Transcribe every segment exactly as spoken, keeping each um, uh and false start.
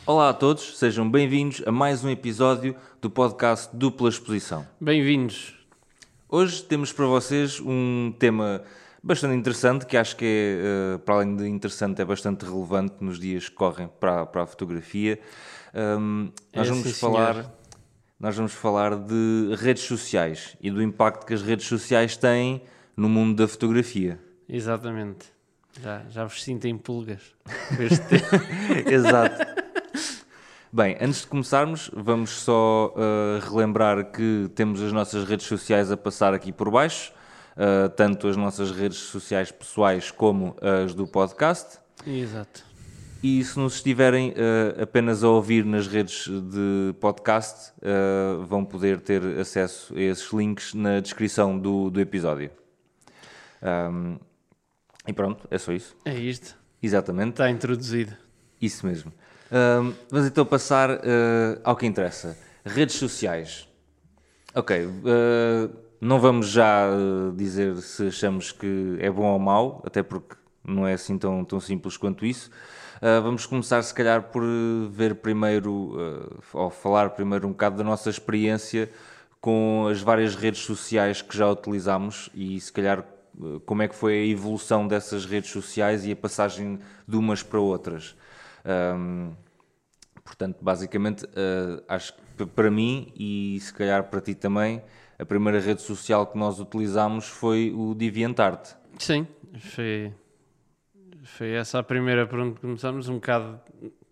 Olá a todos, sejam bem-vindos a mais um episódio do podcast Dupla Exposição. Bem-vindos. Hoje temos para vocês um tema bastante interessante, que acho que é, uh, para além de interessante, é bastante relevante nos dias que correm para, para a fotografia. Um, nós, É, vamos sim, falar, senhor. nós vamos falar de redes sociais e do impacto que as redes sociais têm no mundo da fotografia. Exatamente. Já, já vos sinto em pulgas com este tema. Exato. Bem, antes de começarmos, vamos só uh, relembrar que temos as nossas redes sociais a passar aqui por baixo, uh, tanto as nossas redes sociais pessoais como as do podcast. Exato. E se nos estiverem uh, apenas a ouvir nas redes de podcast, uh, vão poder ter acesso a esses links na descrição do, do episódio. Um, e pronto, é só isso. É isto. Exatamente. Está introduzido. Isso mesmo. Um, vamos então passar uh, ao que interessa. Redes sociais. Ok, uh, não vamos já uh, dizer se achamos que é bom ou mau, até porque não é assim tão, tão simples quanto isso. Uh, vamos começar se calhar por ver primeiro, uh, ou falar primeiro um bocado da nossa experiência com as várias redes sociais que já utilizámos e se calhar uh, como é que foi a evolução dessas redes sociais e a passagem de umas para outras. Um, portanto, basicamente, uh, acho que para mim e se calhar para ti também, a primeira rede social que nós utilizámos foi o DeviantArt. Sim, foi, foi essa a primeira por onde começámos, um bocado...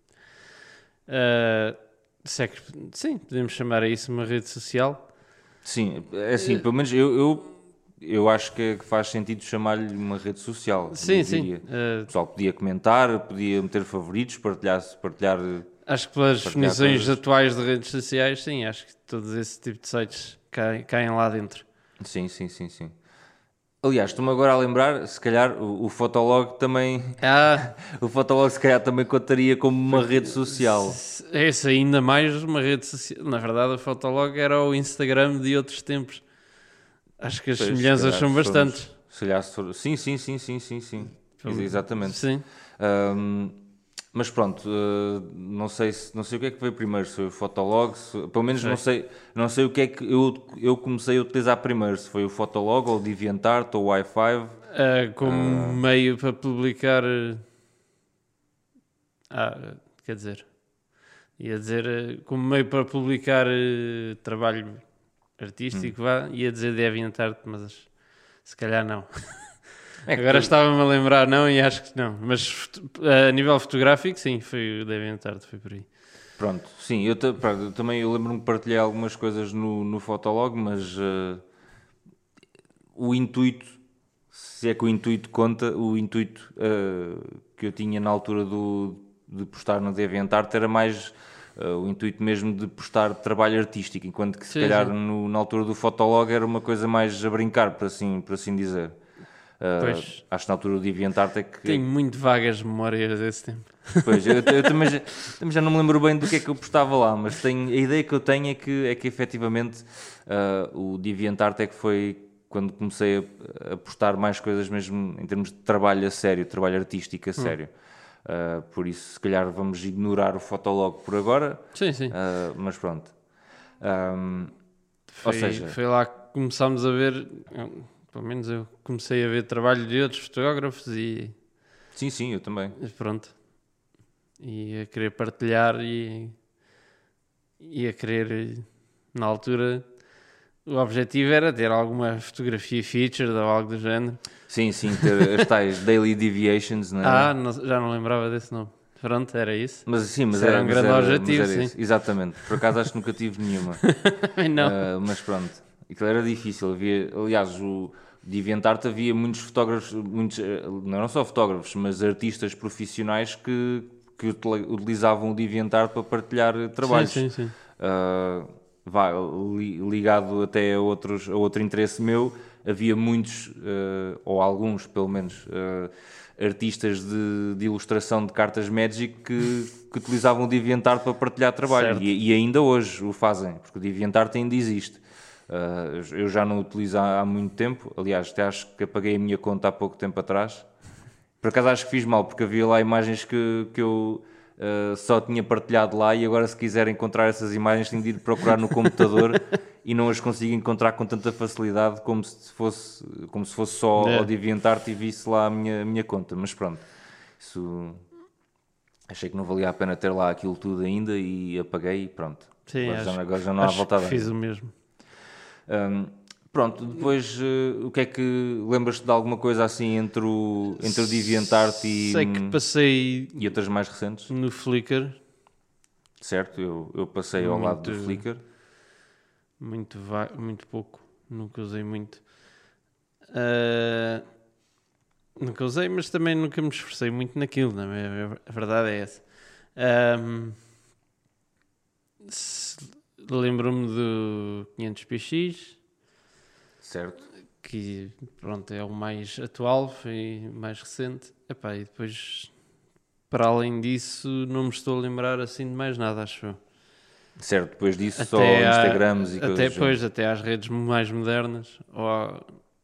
Uh, se é que, sim, podemos chamar a isso uma rede social. Sim, é assim, pelo menos eu, eu, eu acho que faz sentido chamar-lhe uma rede social. Sim, sim. Uh, o pessoal podia comentar, podia meter favoritos, partilhar... partilhar Acho que pelas partilhar definições coisas. atuais de redes sociais, sim, acho que todos esse tipo de sites caem, caem lá dentro. Sim, sim, sim, sim. Aliás, estou-me agora a lembrar, se calhar o, o Fotolog também... Ah, o Fotolog se calhar também contaria como uma rede social. é isso, ainda mais uma rede social. Na verdade, a Fotolog era o Instagram de outros tempos. Acho que as Pois, semelhanças se calhar, são se bastantes. formos- se calhar se for- Sim, sim, sim, sim, sim, sim. Exatamente. Sim. Ahm, mas pronto, uh, não sei se, não sei o que é que veio primeiro, se foi o Fotolog, se- pelo menos Sei. não sei, não sei o que é que eu, eu comecei a utilizar primeiro, se foi o Fotolog ou o DeviantArt ou o i cinco. Ah, como meio para publicar. eh, Ah, quer dizer, ia dizer eh, como meio para publicar eh, trabalho artístico, vá, ia dizer DeviantArt, mas se calhar não. É que Agora tu- estava-me a lembrar, não, e acho que não. Mas foto- a nível fotográfico, sim, foi o DeviantArt, foi por aí. Pronto, sim, eu, ta- pronto, eu também eu lembro-me que partilhei algumas coisas no, no Fotolog, mas uh, o intuito, se é que o intuito conta, o intuito uh, que eu tinha na altura do, de postar no DeviantArt era mais uh, o intuito mesmo de postar trabalho artístico, enquanto que se Sim, calhar sim. no- na altura do Fotolog era uma coisa mais a brincar, por assim, por assim dizer. Uh, Pois. Acho que na altura do DeviantArt é que... Tenho muito vagas memórias desse tempo. Pois, eu, eu também, já, também já não me lembro bem do que é que eu postava lá, mas tenho, a ideia que eu tenho é que, é que efetivamente ah, o DeviantArt é que foi quando comecei a, a postar mais coisas mesmo em termos de trabalho a sério, trabalho artístico a sério. Ah, por isso, se calhar vamos ignorar o Fotolog por agora, Sim, sim. ah, mas pronto. Ahm, Foi, ou seja- foi lá que começámos a ver, eu- pelo menos eu comecei a ver trabalho de outros fotógrafos e sim, sim, eu também. e pronto. E a querer partilhar e, e a querer, na altura, o objetivo era ter alguma fotografia featured ou algo do género. Sim, sim, ter as tais daily deviations, não é? Ah, não- já não lembrava desse nome. Pronto, era isso. Mas sim, mas Isso era um mas grande mas objetivo, era sim. isso. Exatamente. Por acaso acho que nunca tive nenhuma. Não. Ah, mas pronto, aquilo era difícil. Havia, aliás, o DeviantArt havia muitos fotógrafos, muitos, eh, não eram só fotógrafos, mas artistas profissionais que, que utili- utilizavam o DeviantArt para partilhar trabalhos. Sim, sim, sim. Ah, vá, li- ligado até a, outros, a outro interesse meu, havia muitos, ah, ou alguns pelo menos, ah, artistas de, de ilustração de cartas Magic que, que utilizavam o DeviantArt para partilhar trabalho. Certo. E, e ainda hoje o fazem, porque o DeviantArt ainda existe. Uh, eu já não o utilizo há, há muito tempo, aliás, até acho que apaguei a minha conta há pouco tempo atrás. Por acaso acho que fiz mal, porque havia lá imagens que, que eu uh, só tinha partilhado lá e agora se quiser encontrar essas imagens tenho de ir procurar no computador e não as consigo encontrar com tanta facilidade como se fosse, como se fosse só É. ao DeviantArt e visse lá a minha, a minha conta, mas pronto, isso achei que não valia a pena ter lá aquilo tudo ainda e apaguei e pronto. Sim, agora, acho, já, agora já não há acho volta a que dar. fiz o mesmo. Um, pronto, depois uh, o que é que lembras-te de alguma coisa assim entre o, entre o DeviantArt e, Sei que passei e outras mais recentes? no Flickr, Certo, eu, eu passei ao lado do Muito- Flickr. muito, va- muito pouco, nunca usei muito. Ah, nunca usei, mas também nunca me esforcei muito naquilo, não é? A verdade é essa. Ahm, se- Lembro-me do quinhentos p x, Certo, que pronto, é o mais atual, foi mais recente. Epá, e depois, para além disso, não me estou a lembrar assim de mais nada, acho eu. certo, depois disso só Até, à- Instagrams e até coisas do depois, género. até às redes mais modernas, ou à-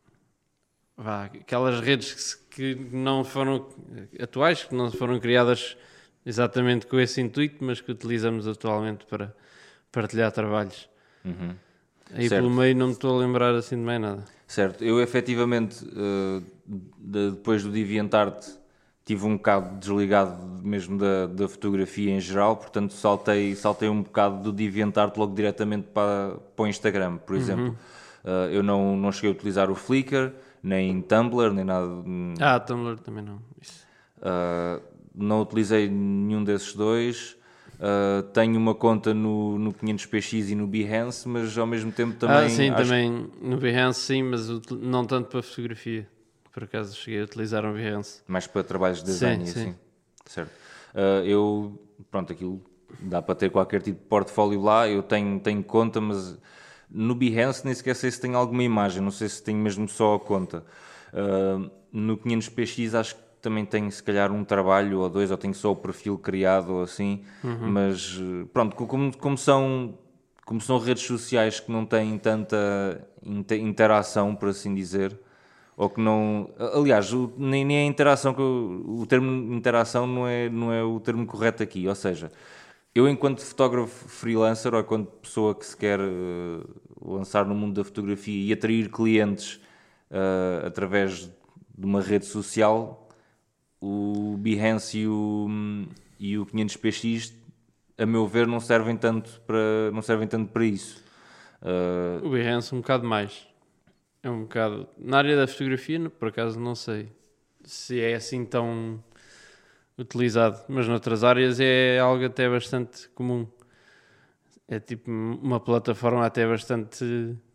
vá, aquelas redes que, se- que não foram atuais, que não foram criadas exatamente com esse intuito, mas que utilizamos atualmente para partilhar trabalhos. Uhum. Aí Certo. pelo meio não me estou a lembrar assim de mais nada. Certo, eu efetivamente uh, de- depois do DeviantArt tive um bocado desligado mesmo da, da fotografia em geral, portanto saltei, saltei um bocado do DeviantArt logo diretamente para, para o Instagram, por exemplo. Uh, eu não, não cheguei a utilizar o Flickr, nem Tumblr, nem nada. Ah, Tumblr também não. Isso. Uh, não utilizei nenhum desses dois. Uh, tenho uma conta no, no quinhentos p x e no Behance, mas ao mesmo tempo também. ah, sim, acho também no Behance sim, mas util- não tanto para fotografia. Por acaso cheguei a utilizar o Behance. mais para trabalhos de design Sim, e sim. assim. Certo. Uh, eu, pronto, aquilo dá para ter qualquer tipo de portfólio lá. Eu tenho, tenho conta, mas no Behance nem sequer sei se tenho alguma imagem, não sei se tenho mesmo só a conta. Uh, no quinhentos p x acho que também tenho se calhar um trabalho ou dois, ou tenho só o perfil criado ou assim, mas uh, pronto, como, como são. Como são redes sociais que não têm tanta inte- interação, por assim dizer, ou que não. Aliás, o- nem, nem a interação, que eu- o termo interação não é, não é o termo correto aqui. Ou seja, eu, enquanto fotógrafo freelancer ou enquanto pessoa que se quer eh, lançar no mundo da fotografia e atrair clientes eh, através de uma rede social, o Behance e o, e o quinhentos p x, a meu ver, não servem tanto para, não servem tanto para isso. Eh, O Behance um bocado mais. É um bocado... Na área da fotografia, no- por acaso não sei se é assim tão utilizado, mas noutras áreas é algo até bastante comum. É tipo uma plataforma até bastante...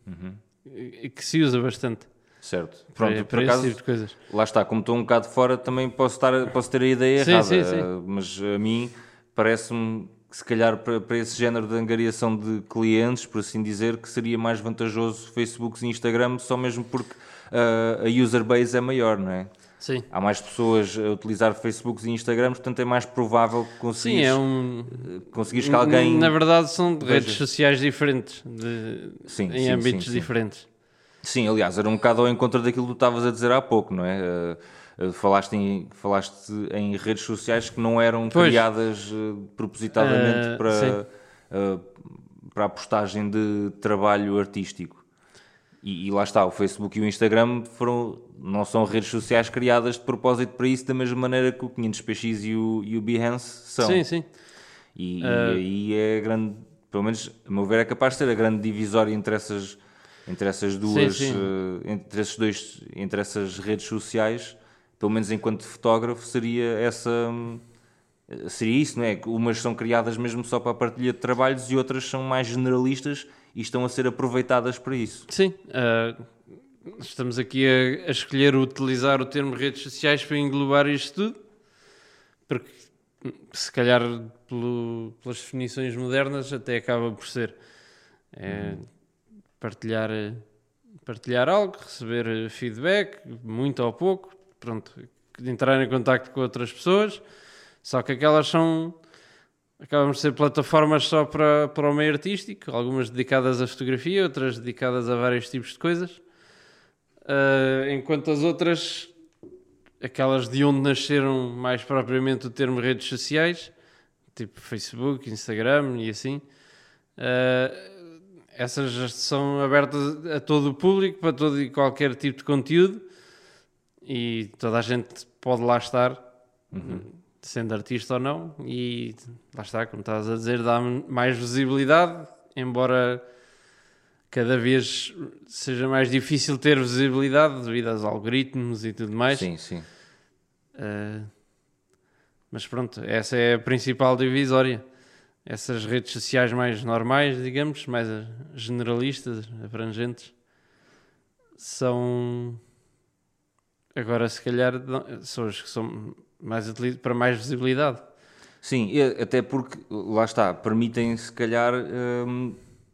que se usa bastante certo. para, Pronto, por para esse acaso, tipo de coisas. lá está, como estou um bocado fora, também posso, estar, posso ter a ideia Sim, errada, sim, sim. eh, mas a mim parece-me que se calhar para, para esse género de angariação de clientes, por assim dizer, que seria mais vantajoso Facebook e Instagram, só mesmo porque eh, a user base é maior, não é? Sim. Há mais pessoas a utilizar Facebook e Instagram, portanto é mais provável que Sim, conseguires, é um... conseguires que alguém... Na verdade são veja. redes sociais diferentes, de- Sim, em sim, âmbitos sim, sim. diferentes. Sim, aliás, era um bocado ao encontro daquilo que tu estavas a dizer há pouco, não é? Uh, uh, falaste, em, falaste em redes sociais que não eram Pois. criadas uh, propositadamente Uh, para, uh, para a postagem de trabalho artístico. E, e lá está, o Facebook e o Instagram foram, não são redes sociais criadas de propósito para isso, da mesma maneira que o quinhentos p x e o, e o Behance são. Sim, sim. E, e Uh, aí é grande, pelo menos a meu ver, é capaz de ser a grande divisória entre essas, entre essas duas, Sim, sim. eh, entre esses dois, entre essas redes sociais, pelo menos enquanto fotógrafo, seria essa, hum, seria isso, não é? Que umas são criadas mesmo só para a partilha de trabalhos e outras são mais generalistas e estão a ser aproveitadas para isso. Sim, uh, estamos aqui a, a escolher utilizar o termo redes sociais para englobar isto tudo, porque se calhar pelo- pelas definições modernas até acaba por ser é, partilhar, partilhar algo, receber feedback, muito ou pouco, pronto, entrar em contacto com outras pessoas, só que aquelas são... Acabam por ser plataformas só para, para o meio artístico, algumas dedicadas à fotografia, outras dedicadas a vários tipos de coisas. Uh, enquanto as outras, aquelas de onde nasceram mais propriamente o termo redes sociais, tipo Facebook, Instagram e assim, uh, essas são abertas a todo o público, para todo e qualquer tipo de conteúdo, e toda a gente pode lá estar, uhum. sendo artista ou não, e lá está, como estavas a dizer, dá mais visibilidade, embora cada vez seja mais difícil ter visibilidade devido aos algoritmos e tudo mais. Sim, sim. Uh, mas pronto, essa é a principal divisória. Essas redes sociais mais normais, digamos, mais generalistas, abrangentes, são agora se calhar são as que são mais utilizadas para mais visibilidade. Sim, até porque, lá está, permitem se calhar hum,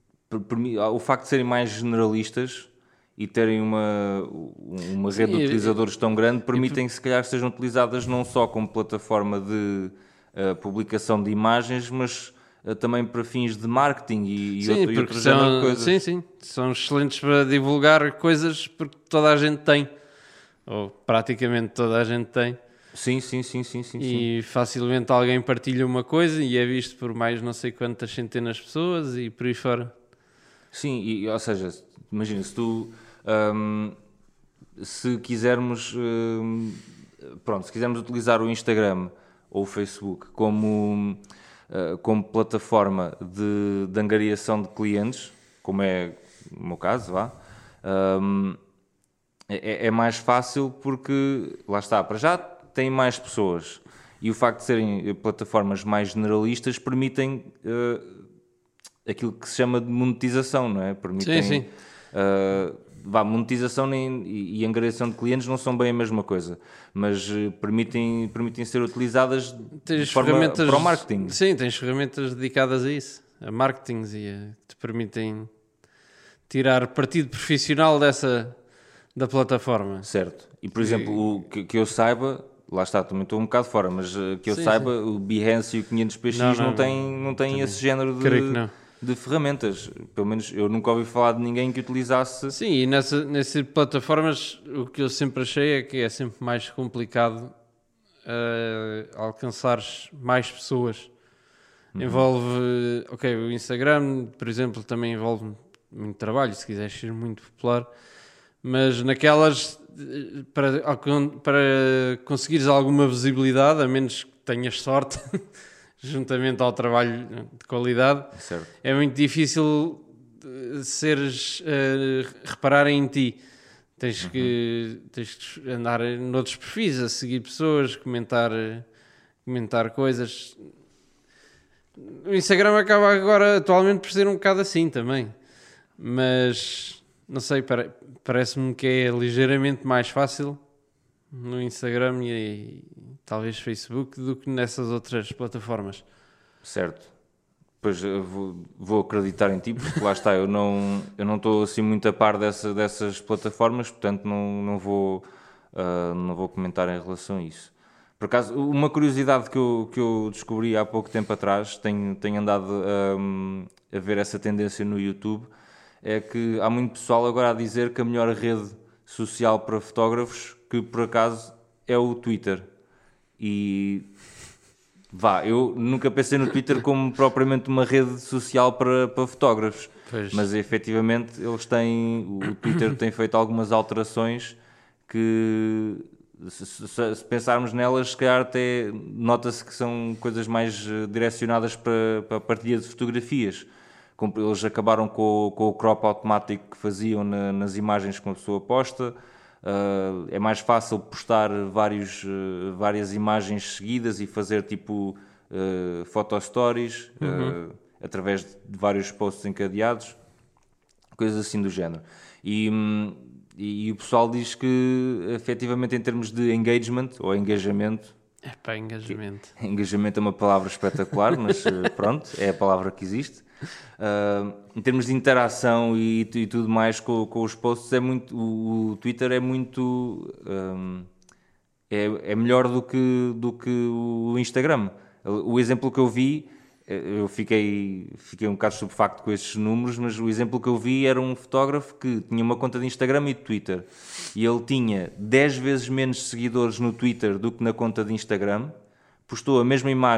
o facto de serem mais generalistas e terem uma, uma rede Sim, de utilizadores e, tão grande, permitem que se calhar sejam utilizadas não só como plataforma de uh, publicação de imagens, mas uh, também para fins de marketing e, sim, e outro, outro são, género de coisas. Sim, sim, são excelentes para divulgar coisas porque toda a gente tem, ou praticamente toda a gente tem. Sim, sim, sim, sim, sim. E sim. facilmente alguém partilha uma coisa e é visto por mais não sei quantas centenas de pessoas e por aí fora. Sim, e, ou seja, imagina, se tu um, se quisermos um, pronto, se quisermos utilizar o Instagram ou o Facebook como, uh, como plataforma de, de angariação de clientes, como é o meu caso, vá, um, é, é mais fácil porque, lá está, para já tem mais pessoas e o facto de serem plataformas mais generalistas permitem uh, aquilo que se chama de monetização, não é? Permitem, sim, sim. Uh, vá, monetização nem, e, e angariação de clientes não são bem a mesma coisa, mas uh, permitem, permitem ser utilizadas tens de forma para o marketing. Sim, tens ferramentas dedicadas a isso, a marketing, e a, que te permitem tirar partido profissional dessa da plataforma. Certo. E, por e... exemplo, o que, que eu saiba... Lá está, também estou um bocado fora, mas uh, que eu sim, saiba, sim. o Behance e o quinhentos P X não, não, não têm não tem esse género de, de ferramentas. Pelo menos eu nunca ouvi falar de ninguém que utilizasse. Sim, e nessa, nessas plataformas o que eu sempre achei é que é sempre mais complicado uh, alcançares mais pessoas. Uhum. Envolve, ok, o Instagram, por exemplo, também envolve muito trabalho, se quiseres ser muito popular, mas naquelas... Para, para conseguires alguma visibilidade, a menos que tenhas sorte, juntamente ao trabalho de qualidade, certo. É muito difícil seres, uh, repararem em ti. Tens, uhum. que, tens que andar noutros perfis, a seguir pessoas, comentar, comentar coisas. O Instagram acaba agora, atualmente, por ser um bocado assim também. Mas... Não sei, parece-me que é ligeiramente mais fácil no Instagram e, e talvez Facebook do que nessas outras plataformas. Certo. Pois vou, vou acreditar em ti, porque lá está, eu não eu não estou assim muito a par dessa, dessas plataformas, portanto não, não, vou, uh, não vou comentar em relação a isso. Por acaso, uma curiosidade que eu, que eu descobri há pouco tempo atrás, tenho, tenho andado um, a ver essa tendência no YouTube, é que há muito pessoal agora a dizer que a melhor rede social para fotógrafos, que por acaso é o Twitter. E vá, eu nunca pensei no Twitter como propriamente uma rede social para, para fotógrafos, pois. Mas efetivamente eles têm, o Twitter tem feito algumas alterações que, se, se, se pensarmos nelas, se calhar até nota-se que são coisas mais direcionadas para, para a partilha de fotografias. Eles acabaram com o, com o crop automático que faziam na, nas imagens que uma pessoa posta. Uh, é mais fácil postar vários, uh, várias imagens seguidas e fazer tipo uh, photo stories uhum. uh, através de vários posts encadeados, coisas assim do género. E, e, e o pessoal diz que efetivamente em termos de engagement ou engajamento, é pá, engajamento. Que, engajamento é uma palavra espetacular, mas pronto, é a palavra que existe. Uh, em termos de interação e, e tudo mais com, com os posts, é muito, o, o Twitter é muito um, é, é melhor do que, do que o Instagram. O exemplo que eu vi, eu fiquei, fiquei um bocado estupefacto com esses números, mas o exemplo que eu vi era um fotógrafo que tinha uma conta de Instagram e de Twitter e ele tinha dez vezes menos seguidores no Twitter do que na conta de Instagram, postou a mesma imagem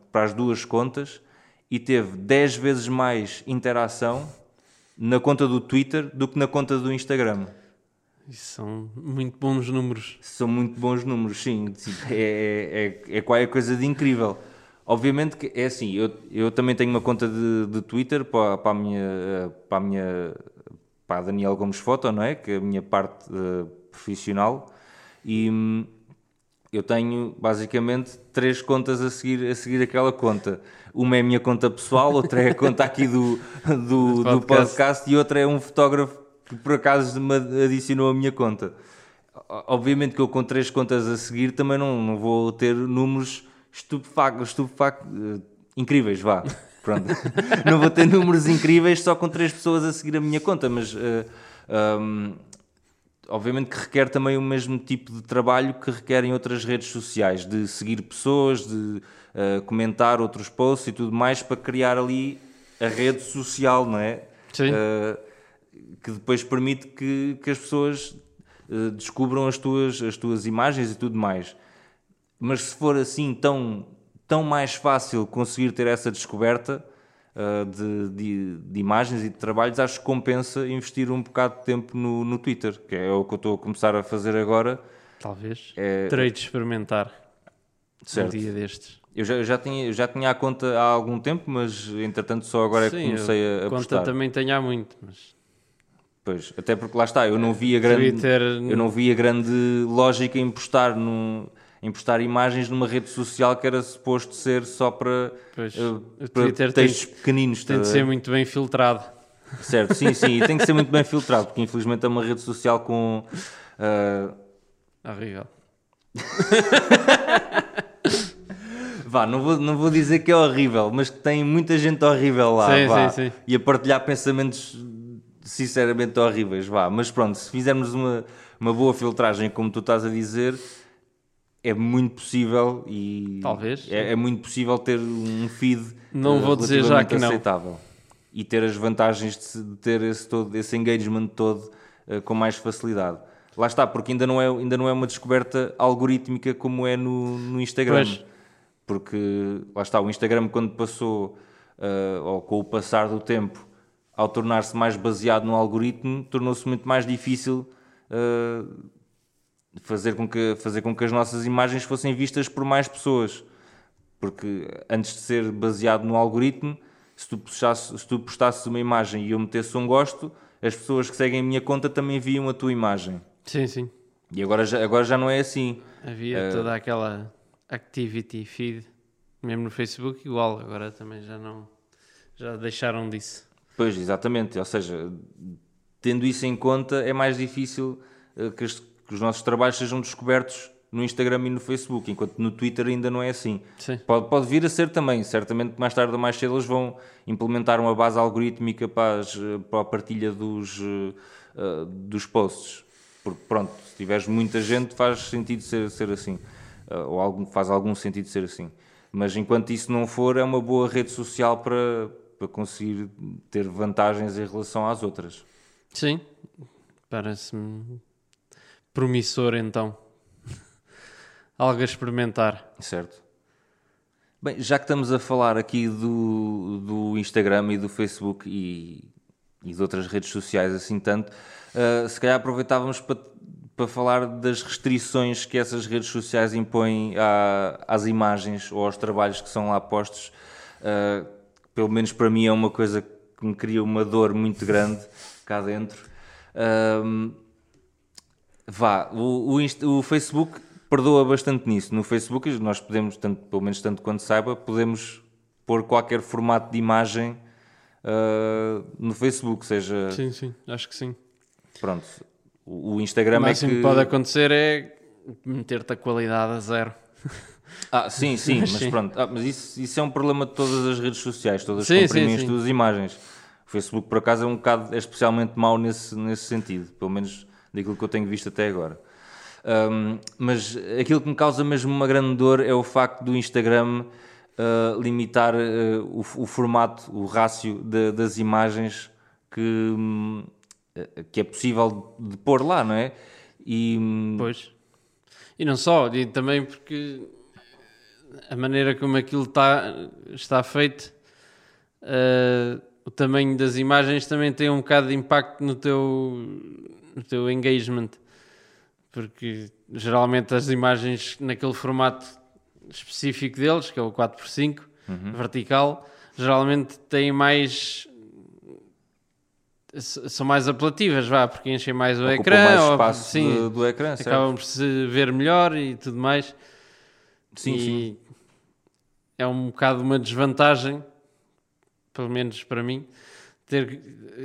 para as duas contas e teve dez vezes mais interação na conta do Twitter do que na conta do Instagram. Isso são muito bons números. São muito bons números, sim. É, é, é qualquer coisa de incrível. Obviamente que é assim, eu, eu também tenho uma conta de, de Twitter para, para a minha, para a minha, para a Daniel Gomes Foto, não é? Que é a minha parte uh, profissional. E hum, eu tenho basicamente três contas a seguir, a seguir aquela conta. Uma é a minha conta pessoal, outra é a conta aqui do, do, do podcast e outra é um fotógrafo que por acaso me adicionou a minha conta. Obviamente que eu com três contas a seguir também não, não vou ter números estupefactos, estupefactos uh, incríveis, vá. Pronto. Não vou ter números incríveis só com três pessoas a seguir a minha conta, mas uh, um, obviamente que requer também o mesmo tipo de trabalho que requerem outras redes sociais, de seguir pessoas, de uh, comentar outros posts e tudo mais para criar ali a rede social, não é? Sim. Uh, que depois permite que, que as pessoas uh, descubram as tuas, as tuas imagens e tudo mais. Mas se for assim tão, tão mais fácil conseguir ter essa descoberta uh, de, de, de imagens e de trabalhos, acho que compensa investir um bocado de tempo no, no Twitter, que é o que eu estou a começar a fazer agora. Talvez. É... Terei de experimentar certo. Um dia destes. Eu já, eu já, tinha, eu já tinha a conta há algum tempo, mas entretanto só agora é que Sim, comecei a, a conta postar. também tenho há muito, mas... Pois, até porque lá está, eu não via grande, Twitter... eu não via grande lógica em postar, num, em postar imagens numa rede social que era suposto ser só para, Pois, uh, o para Twitter textos tem, pequeninos. tem de ser muito bem filtrado. Certo, sim, sim, e tem que ser muito bem filtrado, porque infelizmente é uma rede social com... Uh... Horrível. Vá, não vou, não vou dizer que é horrível, mas que tem muita gente horrível lá, sim, vá, sim, sim. e a partilhar pensamentos sinceramente horríveis, vá. Mas pronto, se fizermos uma, uma boa filtragem, como tu estás a dizer, é muito possível e talvez é, é muito possível ter um feed não uh, vou dizer já que aceitável não. E ter as vantagens de, se, de ter esse, todo, esse engagement todo uh, com mais facilidade. Lá está, porque ainda não é, ainda não é uma descoberta algorítmica como é no, no Instagram. Pois. Porque, lá está, o Instagram quando passou, uh, ou com o passar do tempo, ao tornar-se mais baseado no algoritmo, tornou-se muito mais difícil uh, fazer, com que, fazer com que as nossas imagens fossem vistas por mais pessoas. Porque antes de ser baseado no algoritmo, se tu, puxasse, se tu postasses uma imagem e eu metesse um gosto, as pessoas que seguem a minha conta também viam a tua imagem. Sim, sim. E agora já, agora já não é assim. Havia uh, toda aquela activity feed, mesmo no Facebook igual, agora também já não, já deixaram disso. Pois, exatamente, ou seja, tendo isso em conta é mais difícil uh, que, as, que os nossos trabalhos sejam descobertos no Instagram e no Facebook, enquanto no Twitter ainda não é assim. Sim. Pode, pode vir a ser também, certamente mais tarde ou mais cedo eles vão implementar uma base algorítmica para, as, para a partilha dos, uh, dos posts, porque pronto, se tiveres muita gente faz sentido ser, ser assim, uh, ou algum, faz algum sentido ser assim, mas enquanto isso não for é uma boa rede social para, para conseguir ter vantagens em relação às outras. Sim, parece-me promissor então. Algo a experimentar. Certo. Bem, já que estamos a falar aqui do, do Instagram e do Facebook e, e de outras redes sociais assim tanto, uh, se calhar aproveitávamos para, para falar das restrições que essas redes sociais impõem à, às imagens ou aos trabalhos que são lá postos. Uh, pelo menos para mim é uma coisa que me cria uma dor muito grande cá dentro. Uh, vá, o, o, Insta, o Facebook... perdoa bastante nisso. No Facebook nós podemos, tanto, pelo menos tanto quanto saiba, podemos pôr qualquer formato de imagem uh, no Facebook, seja... Sim, sim, acho que sim. Pronto, o, o Instagram o é que... O máximo que pode acontecer é meter-te a qualidade a zero. Ah, sim, sim, mas, mas mas pronto. Ah, mas isso, isso é um problema de todas as redes sociais, todas sim, comprimem sim, as sim. tuas imagens. O Facebook, por acaso, é um bocado, é especialmente mau nesse, nesse sentido, pelo menos daquilo que eu tenho visto até agora. Um, mas aquilo que me causa mesmo uma grande dor é o facto do Instagram uh, limitar uh, o, o formato, o rácio de, das imagens que, um, que é possível de pôr lá, não é? E, pois. E não só, e também porque a maneira como aquilo tá, está feito, uh, o tamanho das imagens também tem um bocado de impacto no teu, no teu engagement, porque geralmente as imagens naquele formato específico deles, que é o quatro por cinco, uhum. vertical, geralmente têm mais... são mais apelativas, vá, porque enchem mais o Ocupa ecrã, mais ou, espaço sim, do, do ecrã, certo? Acabam por se ver melhor e tudo mais. Sim, e sim. É um bocado uma desvantagem, pelo menos para mim, ter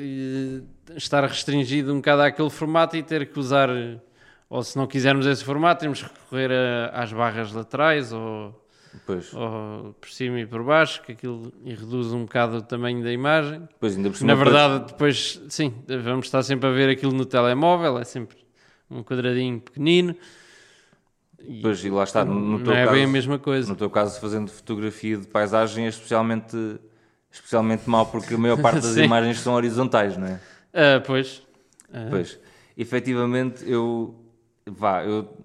estar restringido um bocado àquele formato e ter que usar, ou se não quisermos esse formato, temos que recorrer a, às barras laterais ou, ou por cima e por baixo, que aquilo e reduz um bocado o tamanho da imagem. Pois, ainda por cima, na verdade, depois, sim, vamos estar sempre a ver aquilo no telemóvel, é sempre um quadradinho pequenino. E, pois, e lá está, no, no não teu é caso, bem a mesma coisa. No teu caso, fazendo fotografia de paisagem, é especialmente, especialmente mau, porque a maior parte das imagens são horizontais, não é? Uh, pois. Uh. Pois, efetivamente, eu, vá, eu,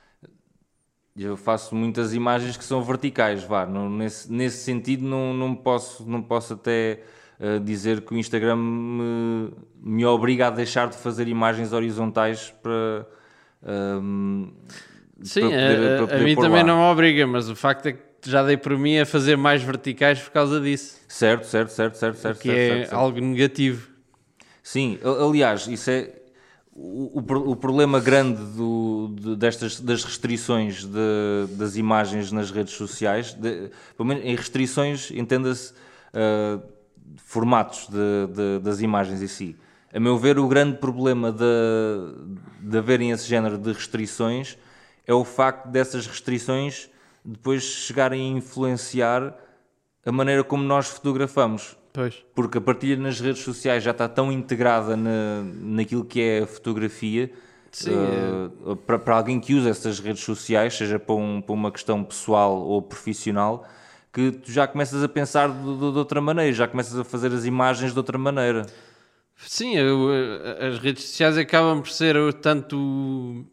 eu faço muitas imagens que são verticais, vá, não, nesse, nesse sentido não, não, posso, não posso até uh, dizer que o Instagram me, me obriga a deixar de fazer imagens horizontais para... Um, Sim, para poder, a, para poder a mim também lá. Não me obriga, mas o facto é que já dei por mim a fazer mais verticais por causa disso. Certo, certo, certo, certo, certo. Que certo, é certo, certo. algo negativo. Sim, aliás, isso é o, o, o problema grande do, de, destas, das restrições de, das imagens nas redes sociais, de, pelo menos em restrições, entenda-se, uh, formatos de, de, das imagens em si. A meu ver, o grande problema de, de haverem esse género de restrições é o facto dessas restrições depois chegarem a influenciar a maneira como nós fotografamos. Pois. Porque a partilha nas redes sociais já está tão integrada na, naquilo que é a fotografia. Sim, uh, é... para, para alguém que usa essas redes sociais, seja para, um, para uma questão pessoal ou profissional, que tu já começas a pensar de, de, de outra maneira, já começas a fazer as imagens de outra maneira. Sim, eu, as redes sociais acabam por ser tanto o,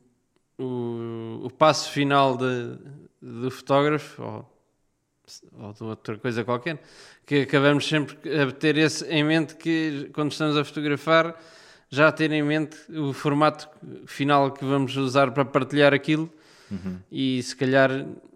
o, o passo final de, do fotógrafo ou, ou de outra coisa qualquer, que acabamos sempre a ter esse em mente, que quando estamos a fotografar já ter em mente o formato final que vamos usar para partilhar aquilo. Uhum. E se calhar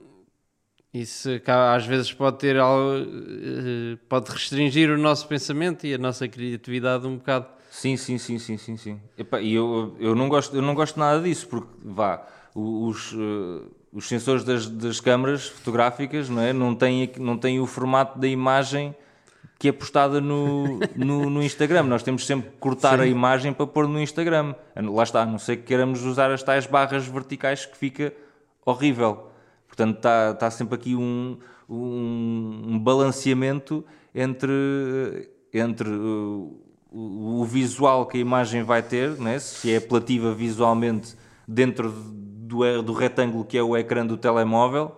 isso às vezes pode ter algo, pode restringir o nosso pensamento e a nossa criatividade um bocado. Sim, sim, sim, sim, sim, sim. Epá, e eu, eu, não gosto, eu não gosto nada disso, porque vá, os, uh, os sensores das, das câmaras fotográficas, não é? Não têm, não têm o formato da imagem que é postada no, no, no Instagram. Nós temos sempre que cortar Sim. a imagem para pôr no Instagram. Lá está, a não ser que queiramos usar as tais barras verticais, que fica horrível. Portanto, está, está sempre aqui um, um, um balanceamento entre, entre uh, o, o visual que a imagem vai ter, né? Se é apelativa visualmente dentro do, do retângulo que é o ecrã do telemóvel,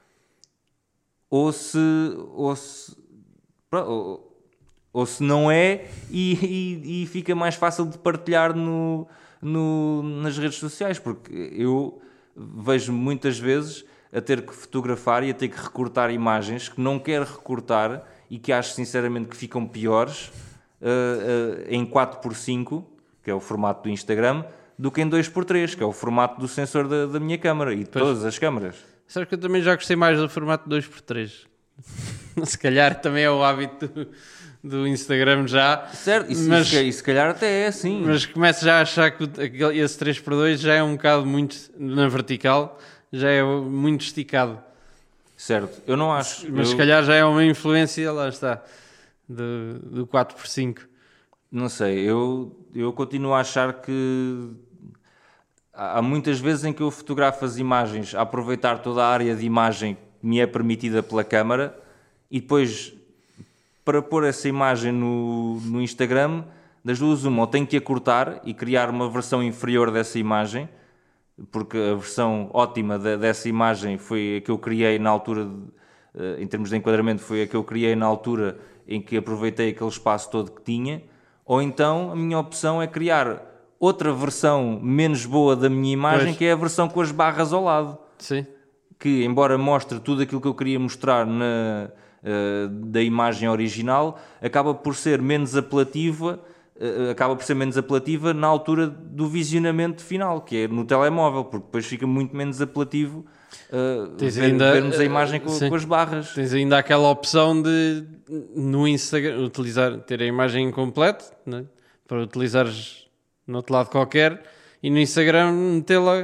ou se, ou se, ou, ou se não é, e, e, e fica mais fácil de partilhar no, no, nas redes sociais, porque eu vejo muitas vezes a ter que fotografar e a ter que recortar imagens que não quero recortar e que acho sinceramente que ficam piores uh, uh, em quatro por cinco, que é o formato do Instagram, do que em dois por três, que é o formato do sensor da, da minha câmara e de pois. Todas as câmaras. Sabes que eu também já gostei mais do formato dois por três. Se calhar também é o hábito do, do Instagram já. Certo, e se, mas, e se calhar até é assim. Mas começo já a achar que esse três por dois já é um bocado muito, na vertical, já é muito esticado. Certo, eu não acho. Mas eu... se calhar já é uma influência, lá está, do, do quatro por cinco. Não sei, eu, eu continuo a achar que há muitas vezes em que eu fotografo as imagens a aproveitar toda a área de imagem que me é permitida pela câmara e depois, para pôr essa imagem no, no Instagram, das duas uma, ou tenho que a cortar e criar uma versão inferior dessa imagem, porque a versão ótima de, dessa imagem foi a que eu criei na altura, de, em termos de enquadramento, foi a que eu criei na altura em que aproveitei aquele espaço todo que tinha, ou então a minha opção é criar outra versão menos boa da minha imagem, pois. Que é a versão com as barras ao lado. Sim. que, embora mostre tudo aquilo que eu queria mostrar na, uh, da imagem original, acaba por ser menos apelativa, uh, acaba por ser menos apelativa na altura do visionamento final, que é no telemóvel, porque depois fica muito menos apelativo uh, ver, ainda, vermos a imagem com, com as barras. Tens ainda aquela opção de, no Instagram, utilizar, ter a imagem incompleta, né? Para utilizares no outro lado qualquer, e no Instagram metê-la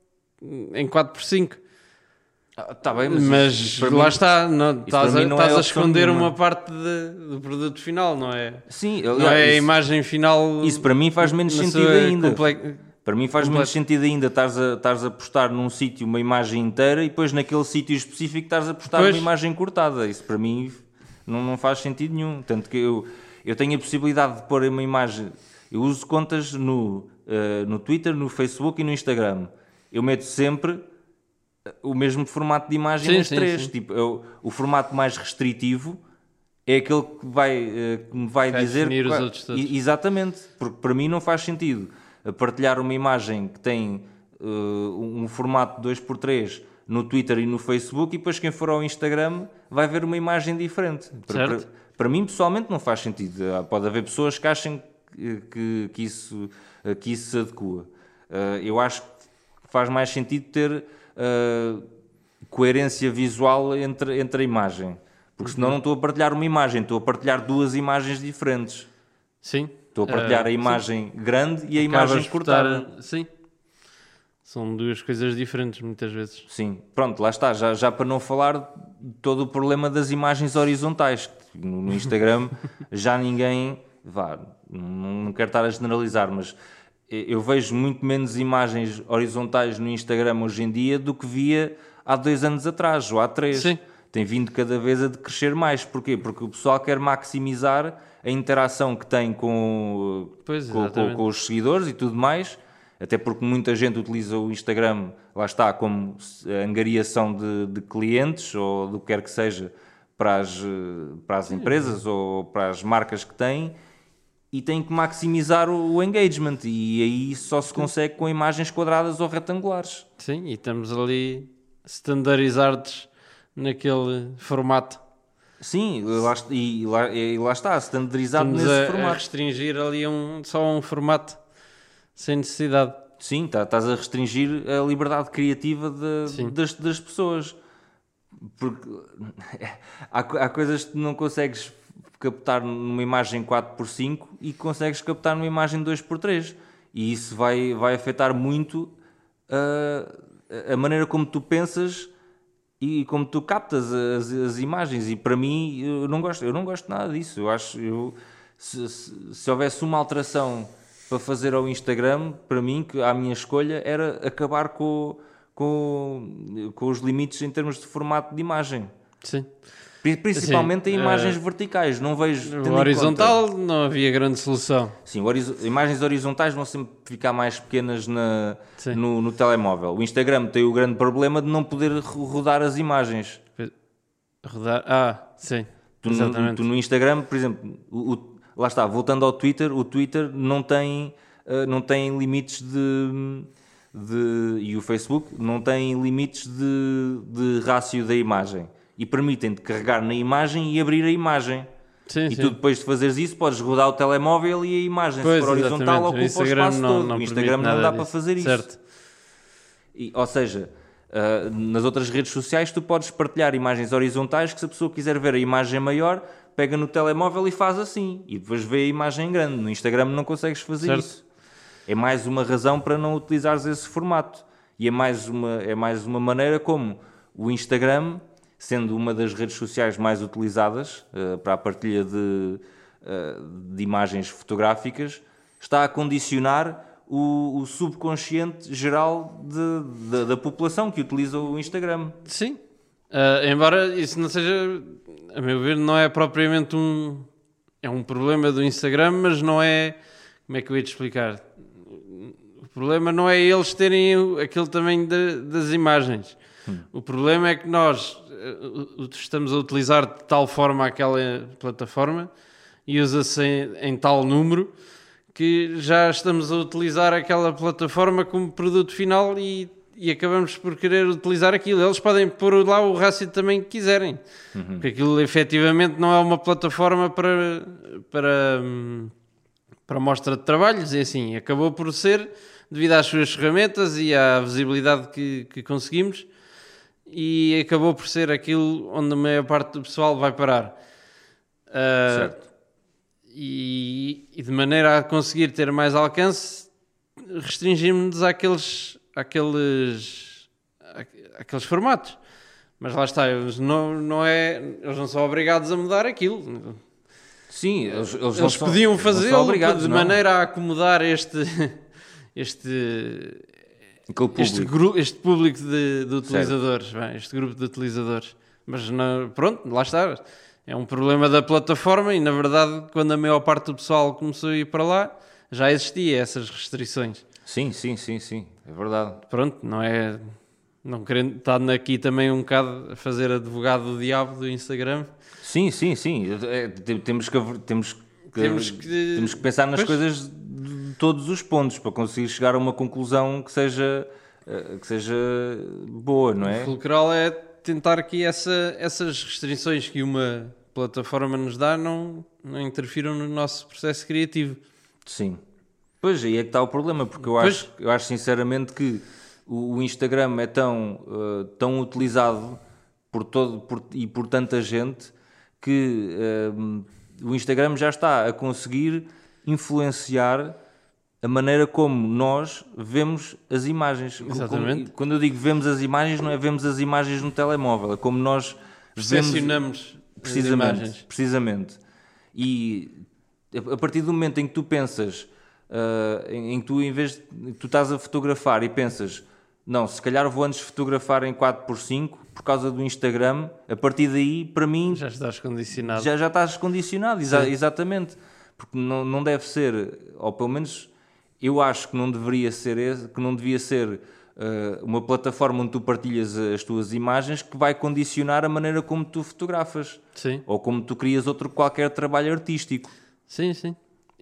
em quatro por cinco. Ah, tá bem, mas, mas isso, isso lá mim, está, não, estás, a, não estás é a esconder nenhuma. uma parte de, do produto final, não é? Sim, não aliás, é a isso, imagem final. Isso para mim faz menos sentido ainda. Comple... Para mim faz menos sentido ainda estares a, estares a postar num sítio uma imagem inteira e depois naquele sítio específico estares a postar pois. uma imagem cortada. Isso para mim não, não faz sentido nenhum. Tanto que eu, eu tenho a possibilidade de pôr uma imagem. Eu uso contas no, uh, no Twitter, no Facebook e no Instagram. Eu meto sempre o mesmo formato de imagem sim, nas sim, três. Sim. Tipo, eu, o formato mais restritivo é aquele que, vai, uh, que me vai, vai dizer... Definir os outros todos. Exatamente, porque para mim não faz sentido partilhar uma imagem que tem uh, um formato dois por três no Twitter e no Facebook e depois quem for ao Instagram vai ver uma imagem diferente. Para, para, para mim, pessoalmente, não faz sentido. Pode haver pessoas que achem que, que, que, isso, que isso se adequa. Uh, eu acho que faz mais sentido ter uh, coerência visual entre, entre a imagem. Porque senão não estou a partilhar uma imagem, estou a partilhar duas imagens diferentes. Sim. Estou a partilhar uh, a imagem sim. grande e a Acabas imagem cortada. Estar, sim. São duas coisas diferentes, muitas vezes. Sim. Pronto, lá está. Já, já para não falar de todo o problema das imagens horizontais. No, no Instagram já ninguém... Vá, não, não quero estar a generalizar, mas eu vejo muito menos imagens horizontais no Instagram hoje em dia do que via há dois anos atrás, ou há três. Sim. Tem vindo cada vez a decrescer mais. Porquê? Porque o pessoal quer maximizar a interação que tem com, pois, com, com, com os seguidores e tudo mais, até porque muita gente utiliza o Instagram, lá está, como angariação de, de clientes ou do que quer que seja para as, para as empresas Sim. ou para as marcas que têm, e tem que maximizar o, o engagement, e aí só se consegue com imagens quadradas ou retangulares. Sim, e estamos ali standardizar-te naquele formato. Sim, lá, e, lá, e lá está, standardizado Estamos nesse a, formato. a restringir ali um, só um formato sem necessidade. Sim, tá, estás a restringir a liberdade criativa de, das, das pessoas. Porque há, há coisas que não consegues captar numa imagem quatro por cinco e consegues captar numa imagem dois por três. E isso vai, vai afetar muito uh, a maneira como tu pensas e como tu captas as, as imagens. E para mim, eu não gosto, eu não gosto nada disso. Eu acho, eu, se, se, se houvesse uma alteração para fazer ao Instagram, para mim, que a minha escolha era acabar com, com, com os limites em termos de formato de imagem. Sim. Principalmente Sim, em imagens uh, verticais. Não vejo... No horizontal conta, não havia grande solução. Sim, horiz- imagens horizontais vão sempre ficar mais pequenas na, no, no telemóvel. O Instagram tem o grande problema de não poder rodar as imagens. Rodar? Ah, sim. Tu no, tu no Instagram, por exemplo, o, o, lá está, voltando ao Twitter, o Twitter não tem, uh, não tem limites de, de... E o Facebook não tem limites de, de rácio da imagem. E permitem-te carregar na imagem e abrir a imagem. Sim, e sim. tu depois de fazeres isso podes rodar o telemóvel e a imagem, pois, se for horizontal, ocupa o espaço não, todo. Não o Instagram não dá disso. para fazer certo. isso. E, ou seja, uh, nas outras redes sociais tu podes partilhar imagens horizontais que se a pessoa quiser ver a imagem maior, pega no telemóvel e faz assim. E depois vê a imagem grande. No Instagram não consegues fazer certo. isso. É mais uma razão para não utilizares esse formato. E é mais uma, é mais uma maneira como o Instagram, sendo uma das redes sociais mais utilizadas uh, para a partilha de, uh, de imagens fotográficas, está a condicionar o, o subconsciente geral de, de, da população que utiliza o Instagram. Sim, uh, embora isso não seja, a meu ver, não é propriamente um... É um problema do Instagram, mas não é... Como é que eu ia te explicar? O problema não é eles terem aquele tamanho de, das imagens. Hum. O problema é que nós estamos a utilizar de tal forma aquela plataforma e usa-se em, em tal número que já estamos a utilizar aquela plataforma como produto final e, e acabamos por querer utilizar aquilo. Eles podem pôr lá o rácio também que quiserem, uhum. porque aquilo efetivamente não é uma plataforma para, para, para mostra de trabalhos, e assim, acabou por ser devido às suas ferramentas e à visibilidade que, que conseguimos, e acabou por ser aquilo onde a maior parte do pessoal vai parar. Uh, certo. E, e de maneira a conseguir ter mais alcance, restringimos-nos àqueles, àqueles, àqueles formatos. Mas lá está, eles não, não, é, eles não são obrigados a mudar aquilo. Sim, eles, eles, eles são, podiam fazê-lo de não. maneira a acomodar este, este, público. este, gru, este público de, de utilizadores, bem, este grupo de utilizadores. Mas não, pronto, lá está. É um problema da plataforma e, na verdade, quando a maior parte do pessoal começou a ir para lá, já existia essas restrições. Sim, sim, sim, sim, é verdade. Pronto, não é... Não querendo estar aqui também um bocado a fazer advogado do diabo do Instagram. Sim, sim, sim. É, temos, que, temos, que, temos, que, temos que pensar nas pois. coisas de todos os pontos para conseguir chegar a uma conclusão que seja, que seja boa, não é? O fulcral é tentar que essa, essas restrições que uma plataforma nos dá não, não interfiram no nosso processo criativo. Sim. Pois, aí é que está o problema, porque eu acho, eu acho sinceramente que o, o Instagram é tão, uh, tão utilizado por todo, por, e por tanta gente que uh, o Instagram já está a conseguir influenciar a maneira como nós vemos as imagens. Exatamente. Como, quando eu digo vemos as imagens, não é vemos as imagens no telemóvel, é como nós percepcionamos precisamente, as imagens. Precisamente. E a partir do momento em que tu pensas, uh, em, em que tu, em vez de, tu estás a fotografar e pensas, não, se calhar vou antes fotografar em quatro por cinco por causa do Instagram, a partir daí, para mim... Já estás condicionado. Já, já estás condicionado, exa- exatamente. Porque não, não deve ser, ou pelo menos... Eu acho que não deveria ser esse, que não devia ser uh, uma plataforma onde tu partilhas as tuas imagens que vai condicionar a maneira como tu fotografas. Sim. Ou como tu crias outro qualquer trabalho artístico. Sim, sim.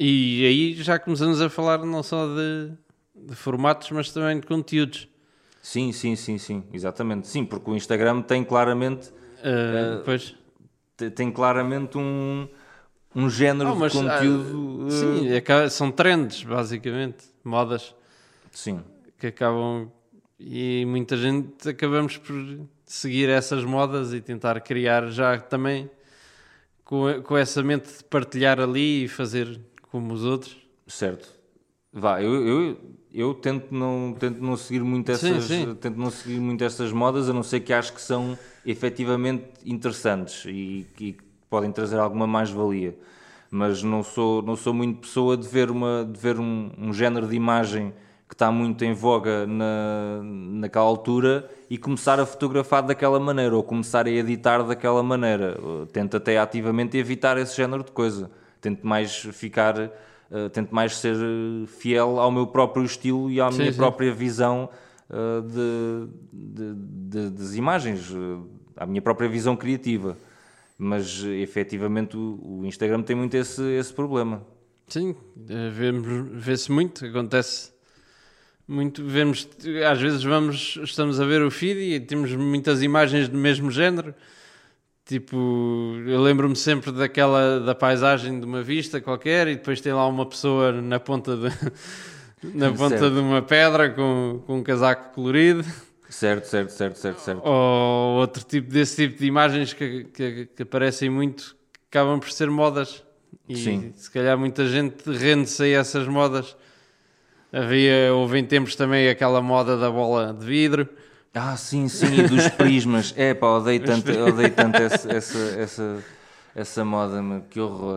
E aí já começamos a falar não só de, de formatos, mas também de conteúdos. Sim, sim, sim, sim, exatamente. Sim, porque o Instagram tem claramente... Uh, uh, pois. Tem claramente um... um género oh, mas, de conteúdo... Ah, sim, uh... são trends, basicamente, modas. Sim. Que acabam... E muita gente acabamos por seguir essas modas e tentar criar já também com, com essa mente de partilhar ali e fazer como os outros. Certo. Vá, eu, eu, eu tento, não, tento não seguir muito essas, sim, sim. Tento não seguir muito essas modas, a não ser que acho que são efetivamente interessantes e que podem trazer alguma mais-valia. Mas não sou, não sou muito pessoa de ver, uma, de ver um, um género de imagem que está muito em voga na, naquela altura e começar a fotografar daquela maneira ou começar a editar daquela maneira. Tento até ativamente evitar esse género de coisa. Tento mais ficar, uh, tento mais ser fiel ao meu próprio estilo e à sim, minha sim. própria visão uh, de, de, de, das imagens, uh, à minha própria visão criativa. Mas efetivamente o, o Instagram tem muito esse, esse problema. Sim, vemos, vê-se muito, acontece muito, vemos, às vezes vamos, estamos a ver o feed e temos muitas imagens do mesmo género, tipo, eu lembro-me sempre daquela, da paisagem de uma vista qualquer e depois tem lá uma pessoa na ponta de, na ponta certo. de uma pedra com, com um casaco colorido. Certo, certo, certo, certo, certo. Ou outro tipo desse tipo de imagens que, que, que aparecem muito, que acabam por ser modas. E sim. Se calhar muita gente rende-se a essas modas. Havia, houve em tempos também aquela moda da bola de vidro. Ah, sim, sim, e dos prismas. É pá, odeio tanto, odeio tanto essa, essa, essa, essa moda, que horror.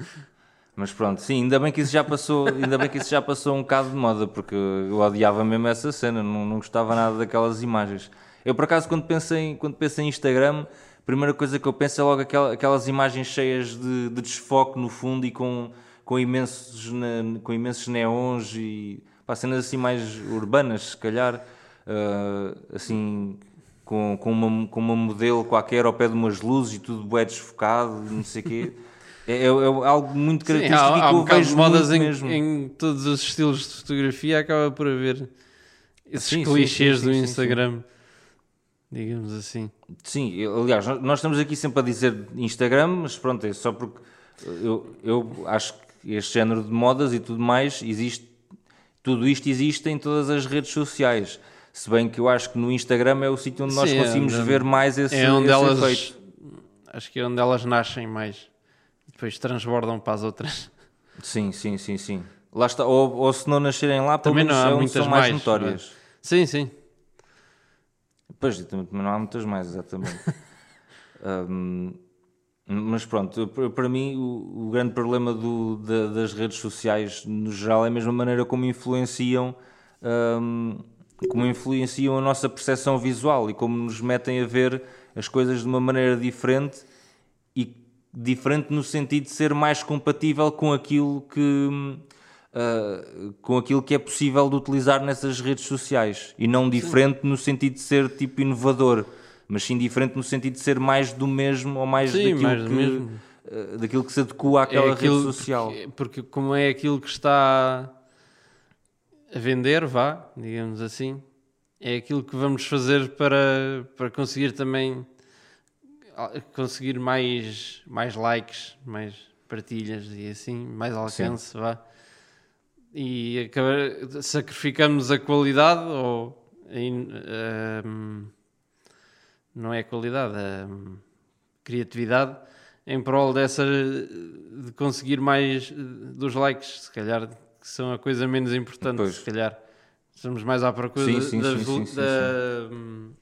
Mas pronto, sim, ainda bem que isso já passou, ainda bem que isso já passou um bocado de moda, porque eu odiava mesmo essa cena, não, não gostava nada daquelas imagens. Eu, por acaso, quando penso em, quando penso em Instagram, a primeira coisa que eu penso é logo aquelas, aquelas imagens cheias de, de desfoque no fundo e com, com, imensos, com imensos neons e pá, cenas assim mais urbanas, se calhar, uh, assim, com, com, uma, com uma modelo qualquer ao pé de umas luzes e tudo bué desfocado, não sei o quê. É, é, é algo muito característico. Sim, há, e que há eu um vejo modas em, mesmo. em todos os estilos de fotografia, acaba por haver esses Sim, sim, clichês sim, do sim, sim, Instagram, digamos assim. Sim, eu- aliás, nós nós estamos aqui sempre a dizer Instagram, mas pronto, é só porque eu, eu acho que este género de modas e tudo mais, existe, tudo isto existe em todas as redes sociais. Se bem que eu acho que no Instagram é o sítio onde nós Sim, é conseguimos ver onde, mais esse, é onde esse elas, efeito. acho que é onde elas nascem mais, depois transbordam para as outras. Sim, sim, sim, sim. Lá está, ou, ou se não nascerem lá, pelo Também não menos há é onde são muitas mais mais, não é? notórias. Sim, sim. Pois, e também não há muitas mais, exatamente. Hum, mas pronto, eu- para para mim o, o grande problema do- da- das redes sociais no geral é a mesma maneira como influenciam, hum, como influenciam a nossa percepção visual e como nos metem a ver as coisas de uma maneira diferente e diferente no sentido de ser mais compatível com aquilo que hum, ah, com aquilo que é possível de utilizar nessas redes sociais e não Sim, diferente no sentido de ser tipo inovador, mas sim diferente no sentido de ser mais do mesmo ou mais sim, daquilo mais do que mesmo. ah, daquilo que se adequa É àquela rede aquilo, social. porque, porque como é aquilo que está a vender, vá, digamos assim, é aquilo que vamos fazer para, para conseguir também ah, conseguir mais, mais likes, mais partilhas e assim, mais Sim, alcance, vá. E acaba- sacrificamos a qualidade ou a in- ahm, não é a qualidade, a hum, criatividade em prol dessa de conseguir mais eh, dos likes, se calhar que são a coisa menos importante, se pois. calhar estamos mais à Sim, procura sim, da, sim, sim, da, sim, sim. da, hum,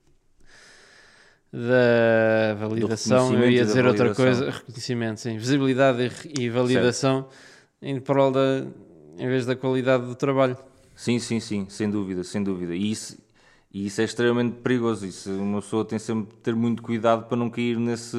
da Do validação, eu reconhecimento ia e da dizer outra validação. coisa, reconhecimento, sim, visibilidade e, e Certo. validação em prol da, em vez da qualidade do trabalho. Sim, sim, sim, sem dúvida, sem dúvida. E isso, e isso é extremamente perigoso. Isso, uma pessoa tem sempre de ter muito cuidado para não cair nesse,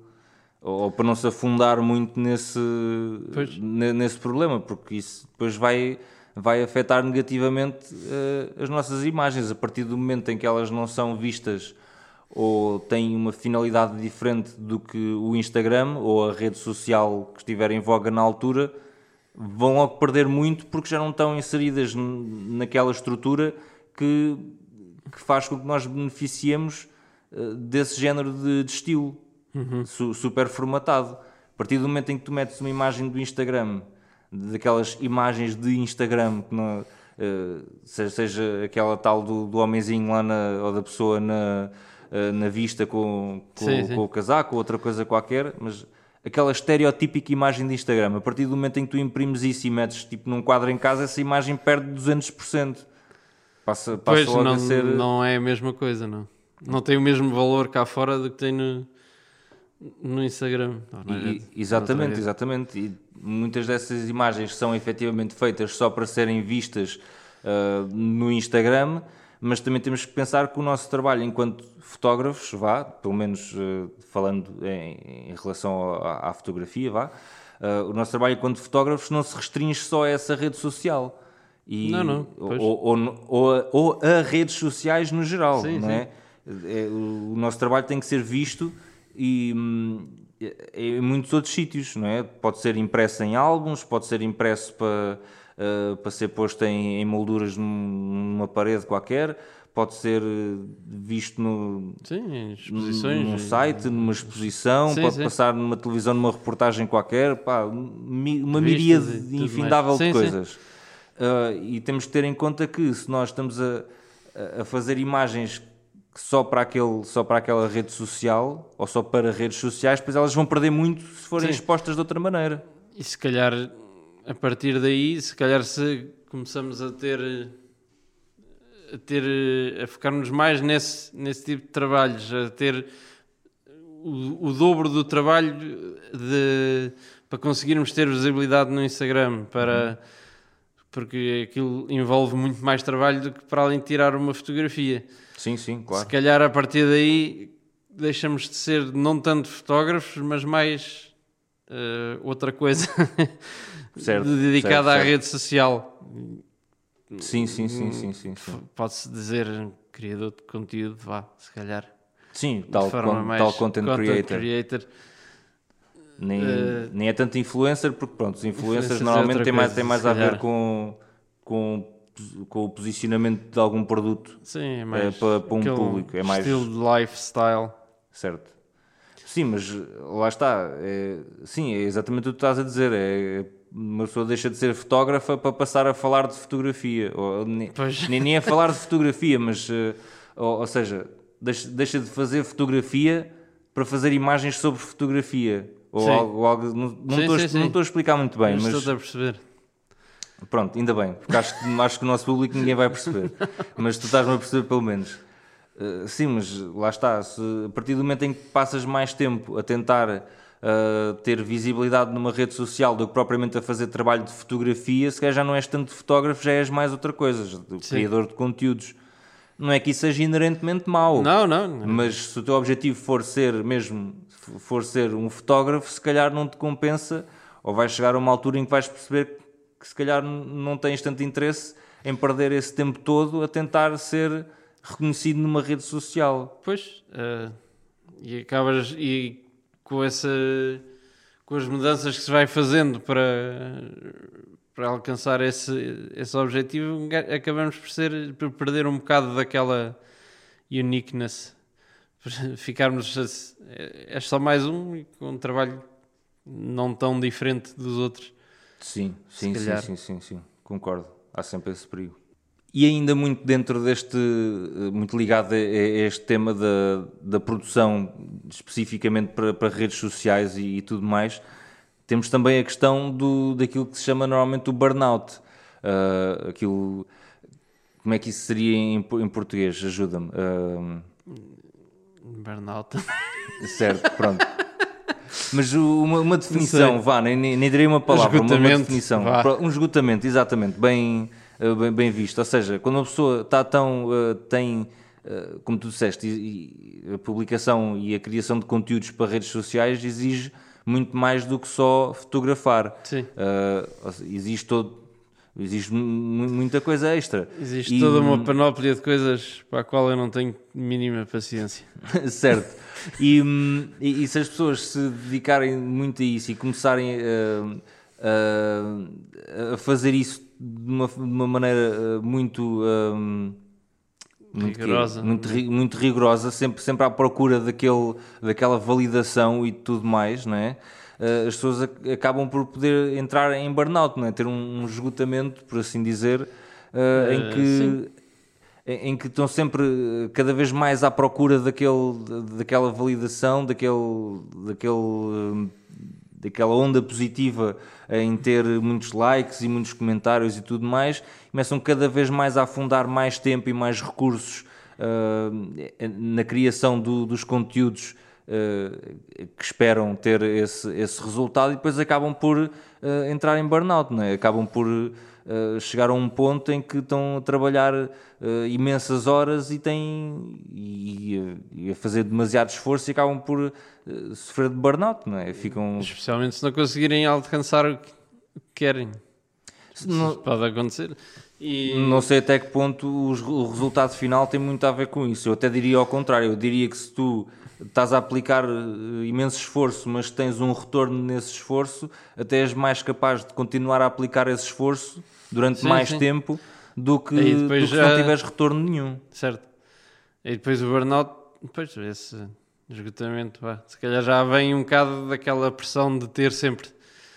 ou, ou para não se afundar muito nesse, Pois, ne- nesse problema, porque isso depois vai, vai afetar negativamente eh, as nossas imagens. A partir do momento em que elas não são vistas ou têm uma finalidade diferente do que o Instagram ou a rede social que estiver em voga na altura, vão logo perder muito porque já não estão inseridas n- naquela estrutura que, que faz com que nós beneficiemos eh, desse género de, de estilo su- super formatado. A partir do momento em que tu metes uma imagem do Instagram, daquelas imagens de Instagram, que não, eh, seja, seja aquela tal do, do homenzinho lá na, ou da pessoa na, eh, na vista com, sim, com, sim. com o casaco ou outra coisa qualquer, mas aquela estereotípica imagem de Instagram, a partir do momento em que tu imprimes isso e metes tipo num quadro em casa, essa imagem perde duzentos por cento. Passa, passa Pois logo não, a ser. não é a mesma coisa, não. Não tem o mesmo valor cá fora do que tem no, no Instagram. Ou na E- rede, e- noutra exatamente, rede. exatamente. E muitas dessas imagens são efetivamente feitas só para serem vistas ah, no Instagram, mas também temos que pensar que o nosso trabalho enquanto fotógrafos, vá, pelo menos ah, falando em, em relação ao- à, à fotografia, vá, ah, o nosso trabalho enquanto fotógrafos não se restringe só a essa rede social. Não, E, não, ou, pois. ou, ou, a, ou a redes sociais no geral, Sim, não sim. é? É, o, o nosso trabalho tem que ser visto e hum, em muitos outros sítios, não é? Pode ser impresso em álbuns, pode ser impresso para, uh, para ser posto em, em molduras num- numa parede qualquer, pode ser eh, visto no, Sim, em num exposições. num site, numa exposição, Sim, pode sim. passar numa televisão, numa reportagem qualquer, pá, mi- uma Revistas e miríade tudo mais. infindável de Sim, sim. coisas. Uh, e temos que ter em conta que se nós estamos a, a fazer imagens só para, aquele, só para aquela rede social ou só para redes sociais, depois elas vão perder muito se forem Sim. expostas de outra maneira. E se calhar, a partir daí, se calhar se começamos a ter a ter a focar-nos mais nesse, nesse tipo de trabalhos, a ter o, o dobro do trabalho de, para conseguirmos ter visibilidade no Instagram, para, porque aquilo envolve muito mais trabalho do que para além de tirar uma fotografia. Sim, sim, Se claro. calhar a partir daí deixamos de ser não tanto fotógrafos, mas mais eh, outra coisa Certo, dedicada certo, à certo. rede social. Sim, sim, sim, sim, sim, sim. Pode-se dizer criador de conteúdo, vá, se calhar. Sim, De tal, forma con- mais tal content, creator. creator. Nem, Eh, nem é tanto influencer, porque pronto, os influencers Influencers é normalmente outra têm mais, coisa, têm mais se a ver calhar. com, com com o posicionamento de algum produto. Sim, é mais uh, para, para um público. É mais estilo de lifestyle. Certo. Sim, mas lá está. É, sim, é exatamente o que tu estás a dizer. É, uma pessoa deixa de ser fotógrafa para passar a falar de fotografia. Ou, nem, nem, nem a falar de fotografia, mas... Uh, ou, ou seja, deixa, deixa de fazer fotografia para fazer imagens sobre fotografia. Ou sim. algo... algo não, não, sim, estou, sim, a, sim. não estou a explicar muito bem, mas... mas... Estou a perceber. Pronto, ainda bem, porque acho, acho que o nosso público ninguém vai perceber. Mas tu estás-me a perceber pelo menos. Uh, sim, mas lá está. Se, a partir do momento em que passas mais tempo a tentar uh, ter visibilidade numa rede social do que propriamente a fazer trabalho de fotografia, se calhar já não és tanto fotógrafo, já és mais outra coisa, criador de conteúdos. Não é que isso seja inerentemente mau. Não, não, não. Mas se o teu objetivo for ser mesmo, for ser um fotógrafo, se calhar não te compensa, ou vais chegar a uma altura em que vais perceber que se calhar não tens tanto interesse em perder esse tempo todo a tentar ser reconhecido numa rede social. Pois, uh, e acabas e com essa com as mudanças que se vai fazendo para, para alcançar esse, esse objetivo, acabamos por, ser, por perder um bocado daquela uniqueness. Ficarmos, é só mais um e com um trabalho não tão diferente dos outros. Sim, sim, sim, sim, sim, sim, concordo. Há sempre esse perigo. E ainda muito dentro deste, muito ligado a este tema da, da produção, especificamente para, para redes sociais e, e tudo mais, temos também a questão do, daquilo que se chama normalmente o burnout. Uh, aquilo, como é que isso seria em, em português? Ajuda-me. Uh... Burnout. Certo, pronto. Mas uma, uma definição, vá, nem, nem direi uma palavra, uma, uma definição. Vá. Um esgotamento, exatamente, bem, bem, bem visto. Ou seja, quando uma pessoa está tão, uh, tem, uh, como tu disseste, e, e a publicação e a criação de conteúdos para redes sociais exige muito mais do que só fotografar. Sim. Uh, exige todo... Existe muita coisa extra. Existe e, toda uma panóplia de coisas para a qual eu não tenho mínima paciência. Certo. E, e, e se as pessoas se dedicarem muito a isso e começarem a, a, a fazer isso de uma, de uma maneira muito... Um, muito rigorosa. Muito, muito rigorosa, sempre, sempre à procura daquele, daquela validação e tudo mais, não é? As pessoas acabam por poder entrar em burnout, não é? Ter um, um esgotamento, por assim dizer, uh, uh, em, que, em, em que estão sempre cada vez mais à procura daquele, daquela validação, daquele, daquele, daquela onda positiva em ter muitos likes e muitos comentários e tudo mais, começam cada vez mais a afundar mais tempo e mais recursos uh, na criação do, dos conteúdos Uh, que esperam ter esse, esse resultado e depois acabam por uh, entrar em burnout, não é? Acabam por uh, chegar a um ponto em que estão a trabalhar uh, imensas horas e, têm, e, e a fazer demasiado esforço e acabam por uh, sofrer de burnout, não é? Ficam... Especialmente se não conseguirem alcançar o que querem. Não... Isso pode acontecer. E... Não sei até que ponto o resultado final tem muito a ver com isso. Eu até diria ao contrário. Eu diria que se tu estás a aplicar imenso esforço, mas tens um retorno nesse esforço, até és mais capaz de continuar a aplicar esse esforço durante sim, mais sim. tempo do que, do que já... se não tiveres retorno nenhum. Certo. E depois o burnout, depois esse esgotamento, vá. Se calhar já vem um bocado daquela pressão de ter sempre,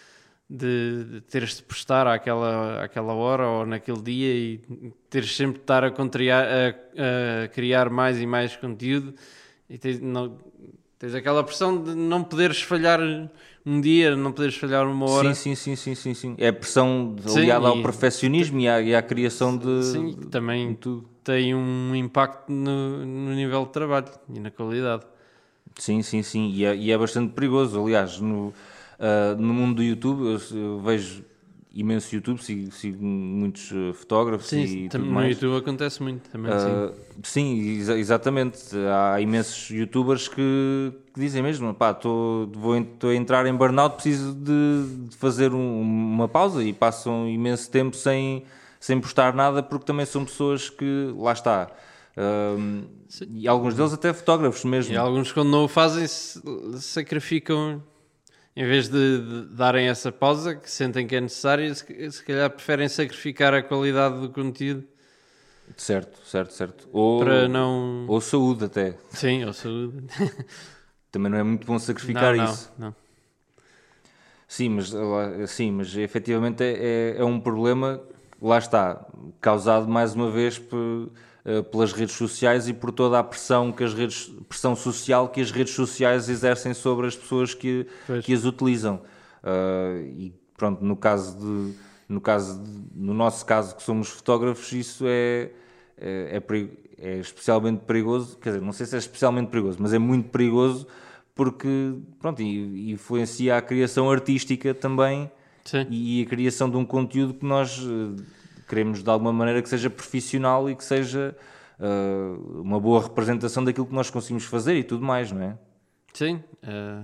de, de teres de prestar àquela, àquela hora ou naquele dia e teres sempre de estar a, contrariar, a, a criar mais e mais conteúdo. E tens, não, tens aquela pressão de não poderes falhar um dia, não poderes falhar uma hora. Sim, sim, sim, sim, sim. É a pressão aliada ao perfeccionismo e à, e à criação de... Sim, também tudo. Tem um impacto no, no nível de trabalho e na qualidade. Sim, sim, sim. E é, e é bastante perigoso. Aliás, no, uh, no mundo do YouTube, eu, eu vejo imenso YouTube, sigo, sigo muitos uh, fotógrafos sim, e tudo mais. No YouTube acontece muito também, uh, sim. Sim, exa- exatamente. Há imensos YouTubers que, que dizem mesmo, pá, tô, vou estou a entrar em burnout, preciso de, de fazer um, uma pausa e passam imenso tempo sem, sem postar nada porque também são pessoas que, lá está, uh, e alguns deles até fotógrafos mesmo. E alguns quando não o fazem sacrificam em vez de, de darem essa pausa que sentem que é necessária, se, se calhar preferem sacrificar a qualidade do conteúdo. Certo, certo, certo. Ou, para não... ou saúde até. Sim, ou saúde. Também não é muito bom sacrificar não, isso. Não, não. Sim, mas, sim, mas efetivamente é, é um problema, lá está, causado mais uma vez por, pelas redes sociais e por toda a pressão, que as redes, pressão social que as redes sociais exercem sobre as pessoas que, que as utilizam. Uh, e pronto, no caso de, no caso de, no nosso caso que somos fotógrafos, isso é, é, é, perigo, é especialmente perigoso, quer dizer, não sei se é especialmente perigoso, mas é muito perigoso porque, pronto, influencia a criação artística também. Sim. E a criação de um conteúdo que nós uh, queremos de alguma maneira que seja profissional e que seja uh, uma boa representação daquilo que nós conseguimos fazer e tudo mais, não é? Sim, uh,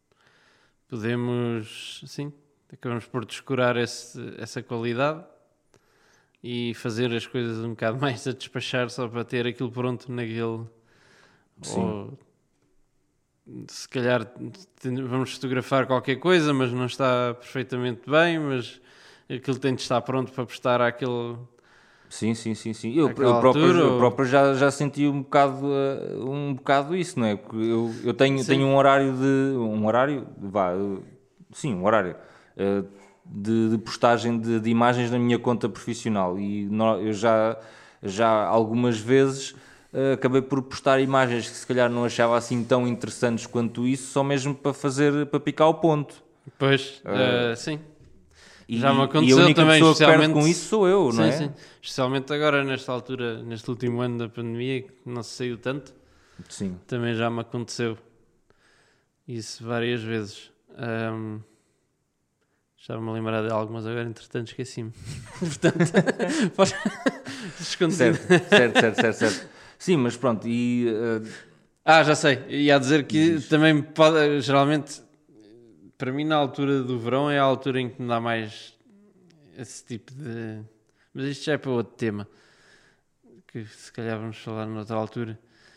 podemos, sim, acabamos por descurar esse, essa qualidade e fazer as coisas um bocado mais a despachar só para ter aquilo pronto naquele... Sim. Ou, se calhar vamos fotografar qualquer coisa, mas não está perfeitamente bem, mas aquilo tem de estar pronto para prestar àquele... Sim, sim, sim, sim. Eu, eu próprio, altura, eu ou... próprio já, já senti um bocado, uh, um bocado isso, não é? Porque eu, eu tenho, tenho um horário de... Um horário? Vá, uh, sim, um horário uh, de, de postagem de, de imagens na minha conta profissional e no, eu já, já algumas vezes uh, acabei por postar imagens que se calhar não achava assim tão interessantes quanto isso, só mesmo para fazer, para picar o ponto. Pois, uh, uh, sim. E, já me aconteceu e a única também, pessoa especialmente... que perde com isso sou eu, sim, não é? Sim, especialmente agora, nesta altura, neste último ano da pandemia, que não se saiu tanto. Sim. Também já me aconteceu isso várias vezes. Um, já me lembrar de algumas agora, entretanto esqueci-me. Portanto, podes... certo, certo, certo, certo, certo. Sim, mas pronto, e... Uh... Ah, já sei. Ia dizer que Existe. também pode, geralmente... Para mim, na altura do verão, é a altura em que me dá mais esse tipo de... Mas isto já é para outro tema, que se calhar vamos falar noutra altura.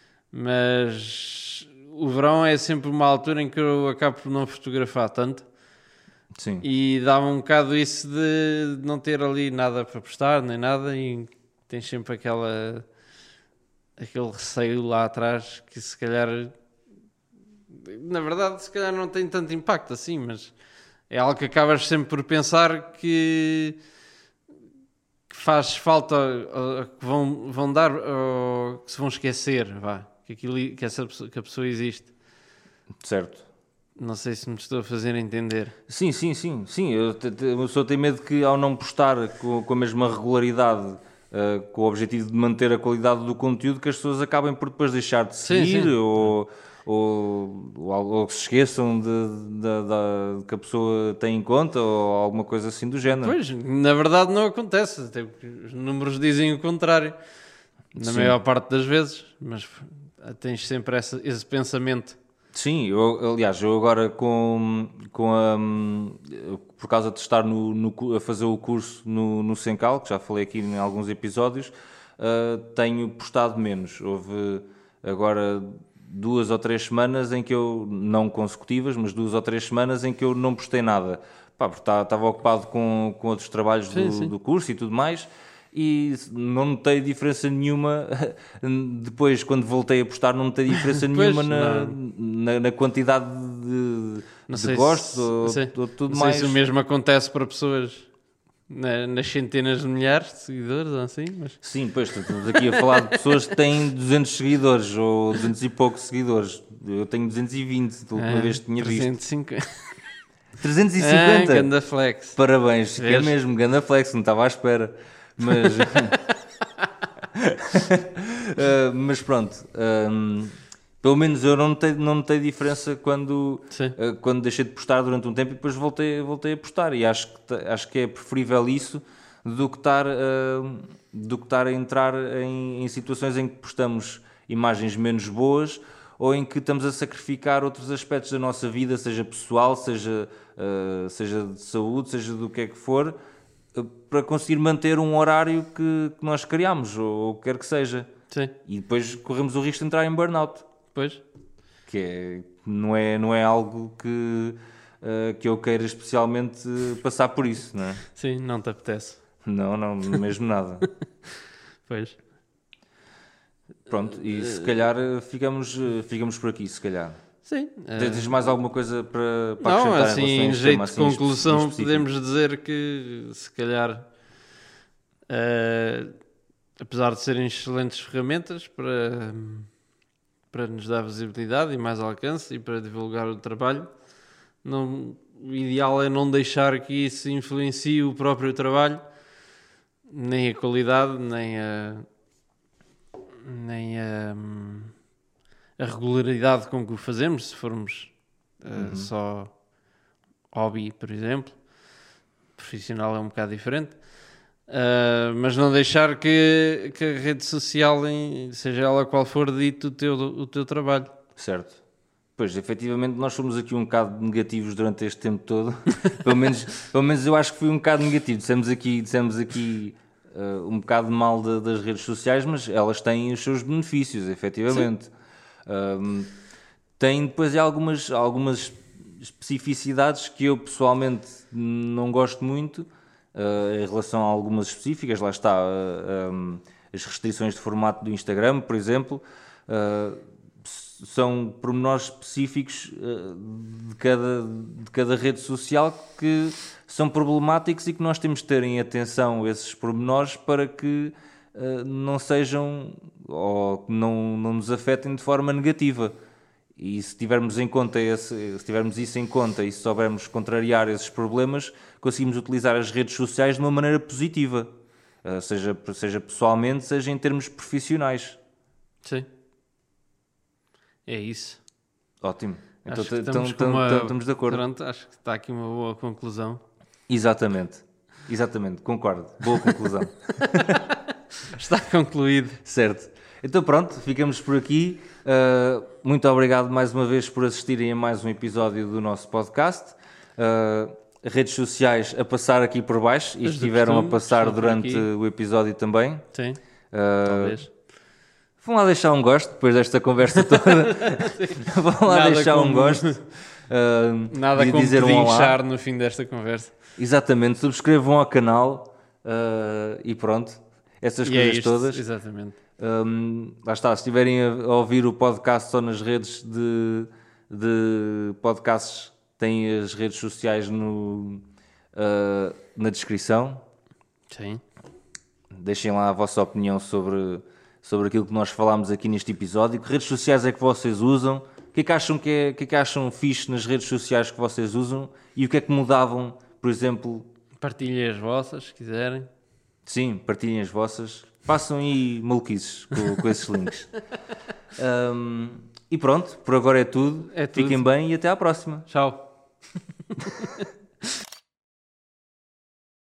Mas o verão é sempre uma altura em que eu acabo por não fotografar tanto. Sim. E dá-me um bocado isso de não ter ali nada para postar, nem nada, e tens sempre aquela... aquele receio lá atrás que se calhar... Na verdade, se calhar não tem tanto impacto assim, mas é algo que acabas sempre por pensar que, que faz falta, ou que vão, vão dar, ou que se vão esquecer, vá, que, aquilo, que, essa, que a pessoa existe. Certo. Não sei se me estou a fazer entender. Sim, sim, sim. sim. Eu, a pessoa tem medo que ao não postar com, com a mesma regularidade, uh, com o objetivo de manter a qualidade do conteúdo, que as pessoas acabem por depois deixar de seguir, sim, sim. ou... Ou, ou, ou que se esqueçam de, de, de, de que a pessoa tem em conta ou alguma coisa assim do género. Pois, na verdade não acontece, até porque os números dizem o contrário, na Sim. maior parte das vezes, mas tens sempre essa, esse pensamento. Sim, eu, aliás, eu agora com, com a, por causa de estar no, no, a fazer o curso no, no Sencal, que já falei aqui em alguns episódios, uh, tenho postado menos. Houve agora... duas ou três semanas em que eu, não consecutivas, mas duas ou três semanas em que eu não postei nada. Pá, porque estava ocupado com, com outros trabalhos sim, do, sim. do curso e tudo mais, e não notei diferença nenhuma. Depois, quando voltei a postar, não notei diferença nenhuma na, na, na quantidade de, de gostos ou, ou tudo não mais. Não sei se o mesmo acontece para pessoas... nas centenas de milhares de seguidores ou assim, mas... Sim, pois, estamos aqui a falar de pessoas que têm duzentos seguidores ou duzentos e poucos seguidores. Eu tenho duzentos e vinte, da última ah, vez que tinha trezentos e cinquenta. visto. trezentos e cinquenta? Ah, ganda flex. Parabéns, que é mesmo, ganda flex, não estava à espera. Mas, uh, mas pronto, um, pelo menos eu não notei, não notei diferença quando, uh, quando deixei de postar durante um tempo e depois voltei, voltei a postar. E acho que, acho que é preferível isso do que estar, uh, do que estar a entrar em, em situações em que postamos imagens menos boas ou em que estamos a sacrificar outros aspectos da nossa vida, seja pessoal, seja, uh, seja de saúde, seja do que é que for, uh, para conseguir manter um horário que, que nós criamos, ou o que quer que seja. Sim. E depois corremos o risco de entrar em burnout. Pois. Que é, não, é, não é algo que, uh, que eu queira especialmente uh, passar por isso, não é? Sim, não te apetece. Não, não, mesmo nada. Pois. Pronto, e se calhar uh, ficamos, uh, ficamos por aqui, se calhar. Sim. Tens mais alguma coisa para, para Não, acrescentar assim, em relação a em este jeito tema, de assim, em conclusão, específico? podemos dizer que, se calhar, uh, apesar de serem excelentes ferramentas para, para nos dar visibilidade e mais alcance e para divulgar o trabalho, não, o ideal é não deixar que isso influencie o próprio trabalho, nem a qualidade, nem a, nem a, a regularidade com que o fazemos, se formos uh, Uhum. só hobby, por exemplo. Profissional é um bocado diferente. Uh, mas não deixar que, que a rede social, em, seja ela qual for, dite o teu, o teu trabalho. Certo. Pois, efetivamente, nós fomos aqui um bocado negativos durante este tempo todo. pelo, menos, pelo menos eu acho que fui um bocado negativo. Dissemos aqui, dissemos aqui uh, um bocado mal de, das redes sociais, mas elas têm os seus benefícios, efetivamente. Um, tem depois algumas, algumas especificidades que eu pessoalmente não gosto muito. Uh, em relação a algumas específicas, lá está, uh, um, as restrições de formato do Instagram, por exemplo, uh, são pormenores específicos uh, de, cada, de cada rede social que são problemáticos e que nós temos de ter em atenção esses pormenores para que uh, não sejam ou não, não nos afetem de forma negativa. E se tivermos em conta esse, se tivermos isso em conta e se soubermos contrariar esses problemas, conseguimos utilizar as redes sociais de uma maneira positiva, uh, seja, seja pessoalmente, seja em termos profissionais. Sim. É isso. Ótimo. Então Acho que então- estamos, com então- uma... então estamos de acordo. Pronto, acho que está aqui uma boa conclusão. Exatamente. Exatamente, concordo. Boa conclusão. Está concluído. Certo. Então pronto, ficamos por aqui. Uh, muito obrigado mais uma vez por assistirem a mais um episódio do nosso podcast. Uh, redes sociais a passar aqui por baixo e Desde estiveram a costume, passar estão por durante aqui. o episódio também. Sim, Uh, talvez. Vão lá deixar um gosto depois desta conversa toda. Vão lá Nada deixar um como- gosto. Uh, Nada e como dizer um olá. pedinchar no fim desta conversa. Exatamente, subscrevam ao canal uh, e pronto. Essas E coisas é isto, todas. exatamente. Um, lá está, se estiverem a a ouvir o podcast só nas redes de, de podcasts, têm as redes sociais no, uh, na descrição. Sim. Deixem lá a vossa opinião sobre, sobre aquilo que nós falámos aqui neste episódio. Que redes sociais é que vocês usam? O que é que acham que é, o que é que acham fixe nas redes sociais que vocês usam? E o que é que mudavam, por exemplo? Partilhem as vossas, se quiserem. Sim, partilhem as vossas. Façam aí maluquices com, com esses links. Um, e pronto, por agora é tudo. É tudo. Fiquem bem e até à próxima. Tchau.